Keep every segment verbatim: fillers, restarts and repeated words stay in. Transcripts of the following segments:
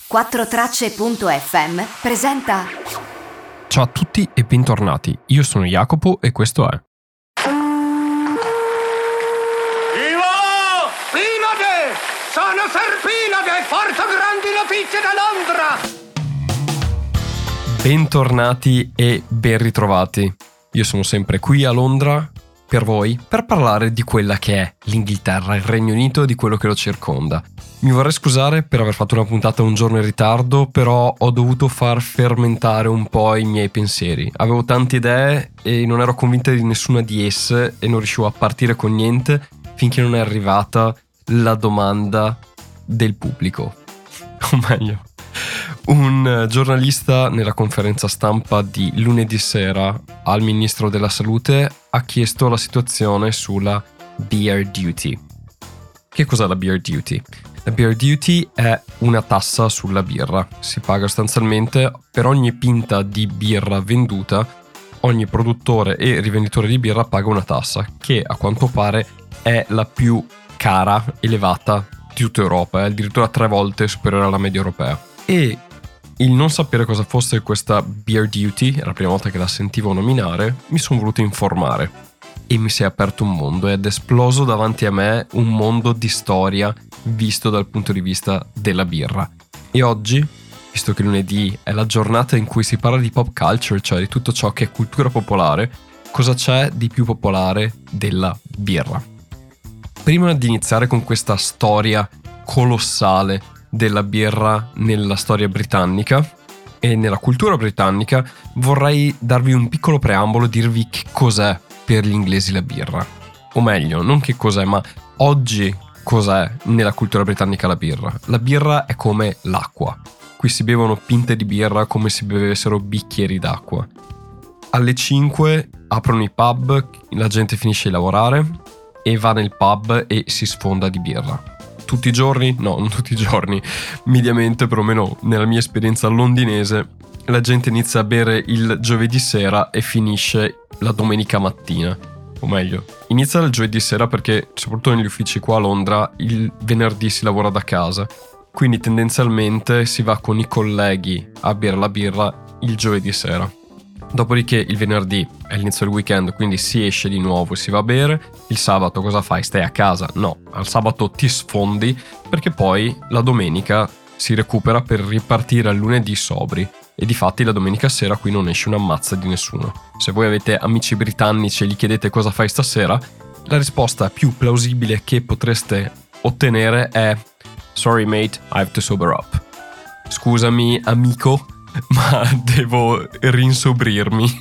quattro tracce punto effe emme presenta. Ciao a tutti e bentornati, io sono Jacopo e questo è Ivo! Pinade! Sono Serpinade! Porto grandi notizie da Londra! Bentornati e ben ritrovati. Io sono sempre qui a Londra per voi per parlare di quella che è l'Inghilterra, il Regno Unito e di quello che lo circonda. Mi vorrei scusare per aver fatto una puntata un giorno in ritardo, però ho dovuto far fermentare un po' i miei pensieri. Avevo tante idee e non ero convinta di nessuna di esse e non riuscivo a partire con niente finché non è arrivata la domanda del pubblico. O meglio, un giornalista nella conferenza stampa di lunedì sera al Ministro della Salute ha chiesto la situazione sulla beer duty. Che cos'è la beer duty? La beer duty è una tassa sulla birra. Si paga sostanzialmente per ogni pinta di birra venduta, ogni produttore e rivenditore di birra paga una tassa, che a quanto pare è la più cara, elevata di tutta Europa, è addirittura tre volte superiore alla media europea. E il non sapere cosa fosse questa beer duty, era la prima volta che la sentivo nominare, mi sono voluto informare. E mi si è aperto un mondo ed è esploso davanti a me un mondo di storia visto dal punto di vista della birra. E oggi, visto che lunedì è la giornata in cui si parla di pop culture, cioè di tutto ciò che è cultura popolare, cosa c'è di più popolare della birra? Prima di iniziare con questa storia colossale della birra nella storia britannica e nella cultura britannica, vorrei darvi un piccolo preambolo e dirvi che cos'è per gli inglesi la birra. O meglio, non che cos'è, ma oggi cos'è nella cultura britannica la birra. La birra è come l'acqua. Qui si bevono pinte di birra come se bevessero bicchieri d'acqua. Alle cinque aprono i pub, la gente finisce di lavorare e va nel pub e si sfonda di birra. Tutti i giorni? No, non tutti i giorni. Mediamente, perlomeno nella mia esperienza londinese, la gente inizia a bere il giovedì sera e finisce la domenica mattina. O meglio, inizia il giovedì sera perché, soprattutto negli uffici qua a Londra, il venerdì si lavora da casa. Quindi tendenzialmente si va con i colleghi a bere la birra il giovedì sera. Dopodiché il venerdì è l'inizio del weekend, quindi si esce di nuovo e si va a bere. Il sabato cosa fai? Stai a casa? No, al sabato ti sfondi perché poi la domenica si recupera per ripartire al lunedì sobri. E difatti la domenica sera qui non esce una mazza di nessuno. Se voi avete amici britannici e gli chiedete cosa fai stasera, la risposta più plausibile che potreste ottenere è "Sorry mate, I have to sober up". Scusami amico, ma devo rinsobrirmi.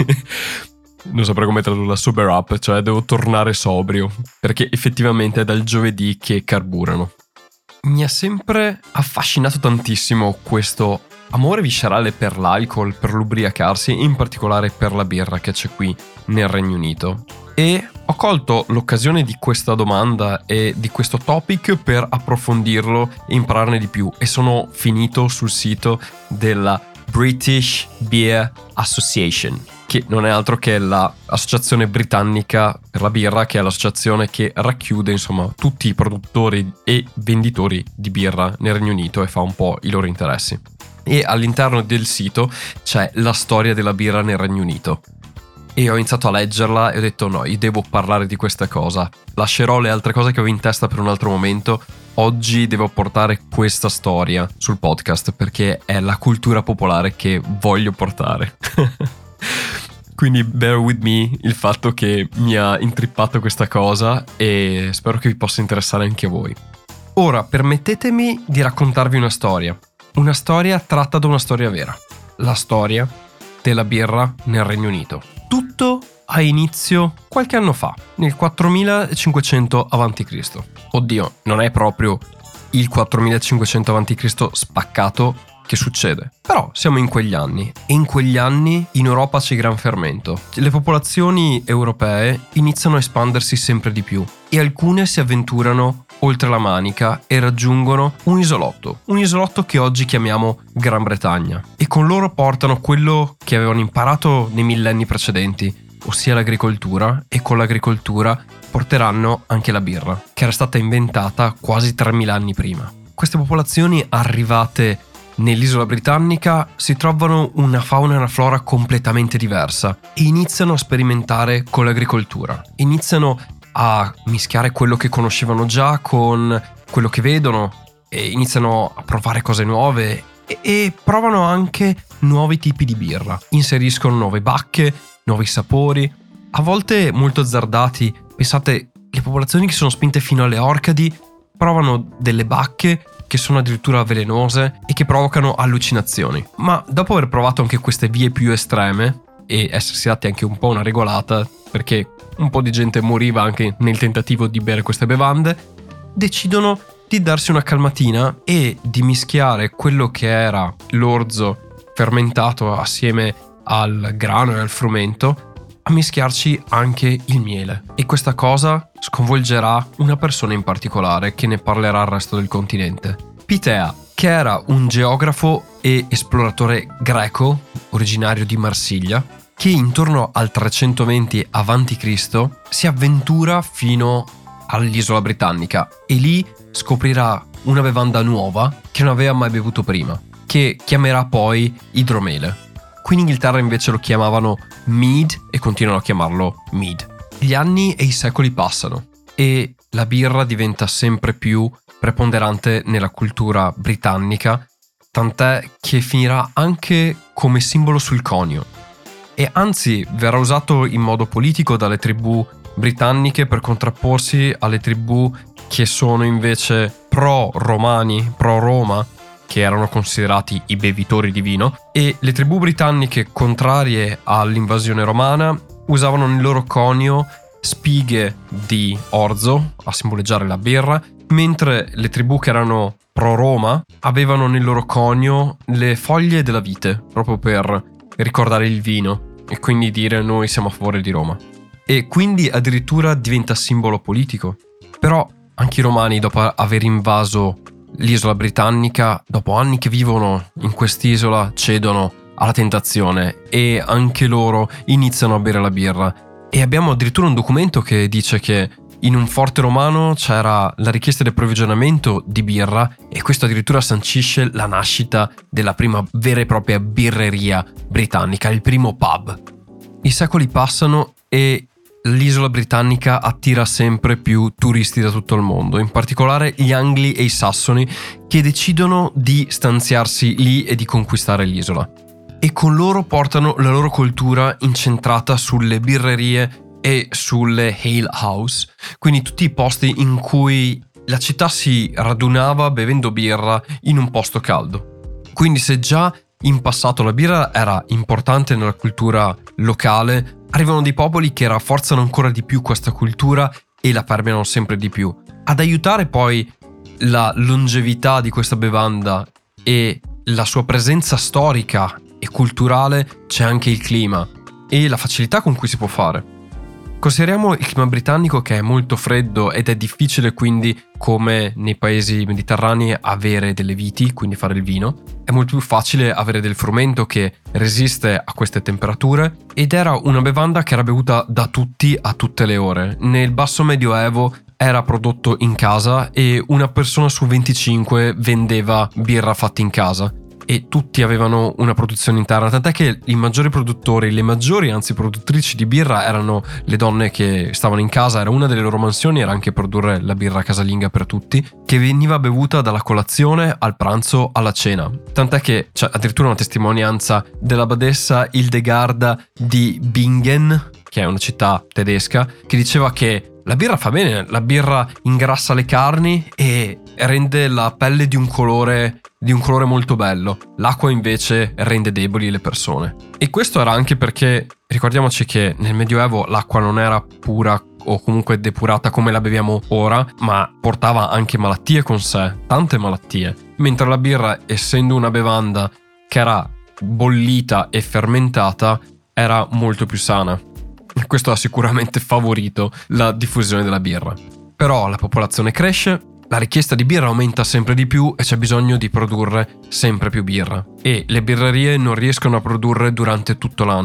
Non saprei come tradurla sober up, cioè devo tornare sobrio, perché effettivamente è dal giovedì che carburano. Mi ha sempre affascinato tantissimo questo amore viscerale per l'alcol, per l'ubriacarsi, in particolare per la birra che c'è qui nel Regno Unito. E ho colto l'occasione di questa domanda e di questo topic per approfondirlo e impararne di più. E sono finito sul sito della British Beer Association, che non è altro che l'associazione britannica per la birra, che è l'associazione che racchiude insomma tutti i produttori e venditori di birra nel Regno Unito e fa un po' i loro interessi. E all'interno del sito c'è la storia della birra nel Regno Unito. E ho iniziato a leggerla e ho detto no, io devo parlare di questa cosa. Lascerò le altre cose che ho in testa per un altro momento. Oggi devo portare questa storia sul podcast perché è la cultura popolare che voglio portare. Quindi bear with me il fatto che mi ha intrippato questa cosa e spero che vi possa interessare anche a voi. Ora permettetemi di raccontarvi una storia. Una storia tratta da una storia vera. La storia della birra nel Regno Unito. Tutto ha inizio qualche anno fa, nel quattromilacinquecento avanti Cristo Oddio, non è proprio il quattromilacinquecento avanti Cristo spaccato che succede. Però siamo in quegli anni e in quegli anni in Europa c'è gran fermento. Le popolazioni europee iniziano a espandersi sempre di più e alcune si avventurano oltre la Manica e raggiungono un isolotto, un isolotto che oggi chiamiamo Gran Bretagna, e con loro portano quello che avevano imparato nei millenni precedenti, ossia l'agricoltura, e con l'agricoltura porteranno anche la birra, che era stata inventata quasi tremila anni prima. Queste popolazioni arrivate nell'isola britannica si trovano una fauna e una flora completamente diversa e iniziano a sperimentare con l'agricoltura. Iniziano a mischiare quello che conoscevano già con quello che vedono e iniziano a provare cose nuove e, e provano anche nuovi tipi di birra. Inseriscono nuove bacche, nuovi sapori, a volte molto azzardati. Pensate, le popolazioni che sono spinte fino alle Orcadi provano delle bacche che sono addirittura velenose e che provocano allucinazioni. Ma dopo aver provato anche queste vie più estreme e essersi dati anche un po' una regolata, perché un po' di gente moriva anche nel tentativo di bere queste bevande, decidono di darsi una calmatina e di mischiare quello che era l'orzo fermentato assieme al grano e al frumento, a mischiarci anche il miele. E questa cosa sconvolgerà una persona in particolare che ne parlerà al resto del continente. Pitea, che era un geografo e esploratore greco originario di Marsiglia, che intorno al trecentoventi avanti Cristo si avventura fino all'isola britannica e lì scoprirà una bevanda nuova che non aveva mai bevuto prima, che chiamerà poi idromele. Qui in Inghilterra invece lo chiamavano mead e continuano a chiamarlo mead. Gli anni e i secoli passano e la birra diventa sempre più preponderante nella cultura britannica, tant'è che finirà anche come simbolo sul conio. E anzi verrà usato in modo politico dalle tribù britanniche per contrapporsi alle tribù che sono invece pro-romani, pro-Roma, che erano considerati i bevitori di vino, e le tribù britanniche contrarie all'invasione romana usavano nel loro conio spighe di orzo a simboleggiare la birra, mentre le tribù che erano pro-Roma avevano nel loro conio le foglie della vite, proprio per ricordare il vino e quindi dire noi siamo a favore di Roma. E quindi addirittura diventa simbolo politico. Però anche i romani, dopo aver invaso l'isola britannica, dopo anni che vivono in quest'isola, cedono alla tentazione e anche loro iniziano a bere la birra. E abbiamo addirittura un documento che dice che in un forte romano c'era la richiesta di approvvigionamento di birra e questo addirittura sancisce la nascita della prima vera e propria birreria britannica, il primo pub. I secoli passano e l'isola britannica attira sempre più turisti da tutto il mondo, in particolare gli Angli e i Sassoni, che decidono di stanziarsi lì e di conquistare l'isola. E con loro portano la loro cultura incentrata sulle birrerie e sulle ale house, quindi tutti i posti in cui la città si radunava bevendo birra in un posto caldo. Quindi se già in passato la birra era importante nella cultura locale, arrivano dei popoli che rafforzano ancora di più questa cultura e la permeano sempre di più. Ad aiutare poi la longevità di questa bevanda e la sua presenza storica e culturale c'è anche il clima e la facilità con cui si può fare. Consideriamo il clima britannico, che è molto freddo ed è difficile quindi, come nei paesi mediterranei, avere delle viti, quindi fare il vino. È molto più facile avere del frumento che resiste a queste temperature ed era una bevanda che era bevuta da tutti a tutte le ore. Nel basso medioevo era prodotto in casa e una persona su venticinque vendeva birra fatta in casa. E tutti avevano una produzione interna, tant'è che i maggiori produttori, le maggiori anzi produttrici di birra erano le donne che stavano in casa. Era una delle loro mansioni, era anche produrre la birra casalinga per tutti, che veniva bevuta dalla colazione al pranzo alla cena. Tant'è che c'è addirittura una testimonianza della badessa Hildegarda di Bingen, che è una città tedesca, che diceva che la birra fa bene, la birra ingrassa le carni e rende la pelle di un colore di un colore molto bello. L'acqua invece rende deboli le persone. E questo era anche perché ricordiamoci che nel Medioevo l'acqua non era pura o comunque depurata come la beviamo ora, ma portava anche malattie con sé, tante malattie. Mentre la birra, essendo una bevanda che era bollita e fermentata, era molto più sana. Questo ha sicuramente favorito la diffusione della birra. Però la popolazione cresce, la richiesta di birra aumenta sempre di più e c'è bisogno di produrre sempre più birra. E le birrerie non riescono a produrre durante tutto l'anno.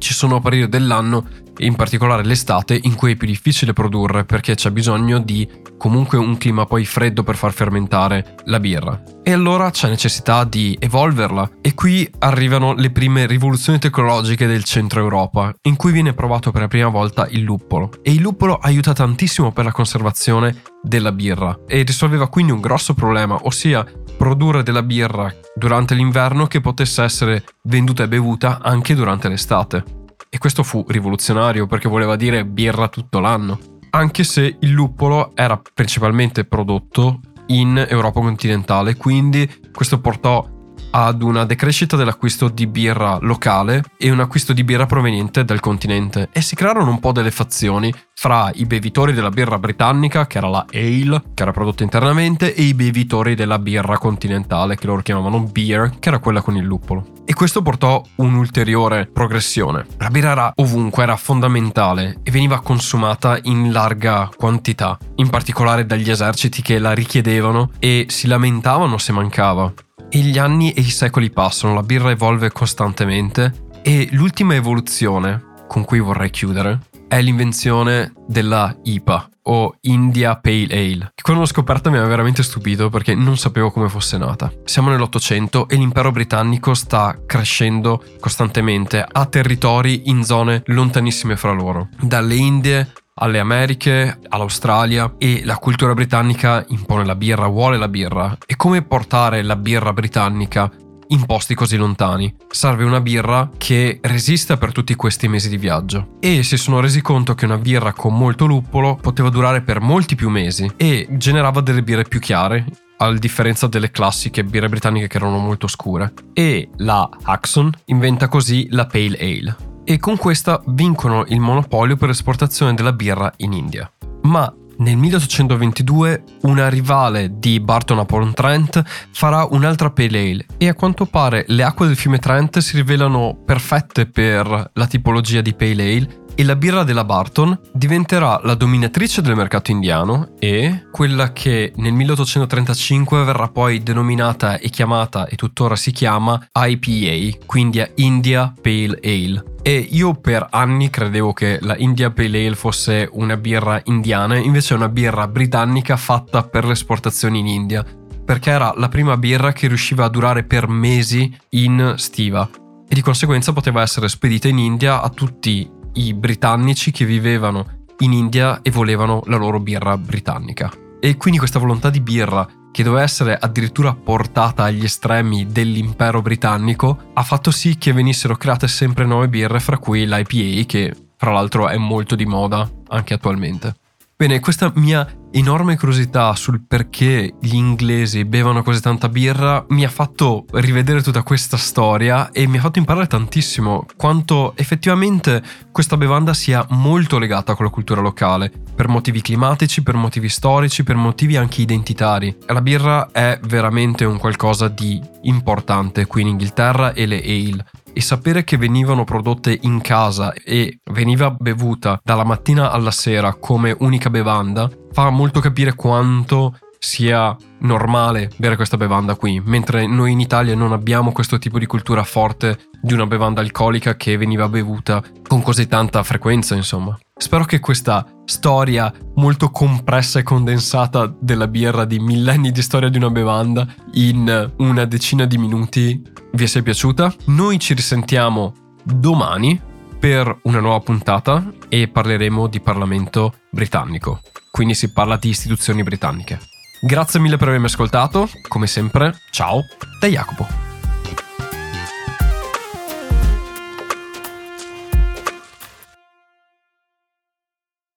ci sono periodi dell'anno, in particolare l'estate, in cui è più difficile produrre perché c'è bisogno di comunque un clima poi freddo per far fermentare la birra. E allora c'è necessità di evolverla, e qui arrivano le prime rivoluzioni tecnologiche del centro Europa, in cui viene provato per la prima volta il luppolo. E il luppolo aiuta tantissimo per la conservazione della birra e risolveva quindi un grosso problema, ossia produrre della birra durante l'inverno che potesse essere venduta e bevuta anche durante l'estate. E questo fu rivoluzionario perché voleva dire birra tutto l'anno, anche se il luppolo era principalmente prodotto in Europa continentale, quindi questo portò ad una decrescita dell'acquisto di birra locale e un acquisto di birra proveniente dal continente, e si crearono un po' delle fazioni fra i bevitori della birra britannica, che era la ale, che era prodotta internamente, e i bevitori della birra continentale, che loro chiamavano beer, che era quella con il luppolo. E questo portò un'ulteriore progressione. La birra era ovunque, era fondamentale e veniva consumata in larga quantità, in particolare dagli eserciti che la richiedevano e si lamentavano se mancava. E gli anni e i secoli passano, la birra evolve costantemente, e l'ultima evoluzione con cui vorrei chiudere è l'invenzione della I P A, o India Pale Ale, che quando l'ho scoperta mi aveva veramente stupito perché non sapevo come fosse nata. Siamo nell'Ottocento e l'impero britannico sta crescendo costantemente, ha territori in zone lontanissime fra loro, dalle Indie alle Americhe, all'Australia, e la cultura britannica impone la birra, vuole la birra. E come portare la birra britannica in posti così lontani? Serve una birra che resista per tutti questi mesi di viaggio, e si sono resi conto che una birra con molto luppolo poteva durare per molti più mesi e generava delle birre più chiare, a differenza delle classiche birre britanniche che erano molto scure. E la Hudson inventa così la Pale Ale, e con questa vincono il monopolio per l'esportazione della birra in India. Ma nel milleottocentoventidue una rivale di Burton-upon-Trent farà un'altra Pale Ale, e a quanto pare le acque del fiume Trent si rivelano perfette per la tipologia di Pale Ale, e la birra della Burton diventerà la dominatrice del mercato indiano e quella che nel milleottocentotrentacinque verrà poi denominata e chiamata, e tuttora si chiama, I P A, quindi India Pale Ale. E io per anni credevo che la India Pale Ale fosse una birra indiana, invece è una birra britannica fatta per le esportazioni in India, perché era la prima birra che riusciva a durare per mesi in stiva, e di conseguenza poteva essere spedita in India a tutti i britannici che vivevano in India e volevano la loro birra britannica. E quindi questa volontà di birra, che doveva essere addirittura portata agli estremi dell'impero britannico, ha fatto sì che venissero create sempre nuove birre, fra cui l'I P A, che fra l'altro è molto di moda anche attualmente. Bene, questa mia enorme curiosità sul perché gli inglesi bevano così tanta birra mi ha fatto rivedere tutta questa storia e mi ha fatto imparare tantissimo quanto effettivamente questa bevanda sia molto legata con la cultura locale, per motivi climatici, per motivi storici, per motivi anche identitari. La birra è veramente un qualcosa di importante qui in Inghilterra, e le ale. E sapere che venivano prodotte in casa e veniva bevuta dalla mattina alla sera come unica bevanda fa molto capire quanto sia normale bere questa bevanda qui, mentre noi in Italia non abbiamo questo tipo di cultura forte di una bevanda alcolica che veniva bevuta con così tanta frequenza, insomma. Spero che questa storia molto compressa e condensata della birra, di millenni di storia di una bevanda, in una decina di minuti vi sia piaciuta. Noi ci risentiamo domani per una nuova puntata e parleremo di Parlamento britannico, quindi si parla di istituzioni britanniche. Grazie mille per avermi ascoltato, come sempre, ciao da Jacopo.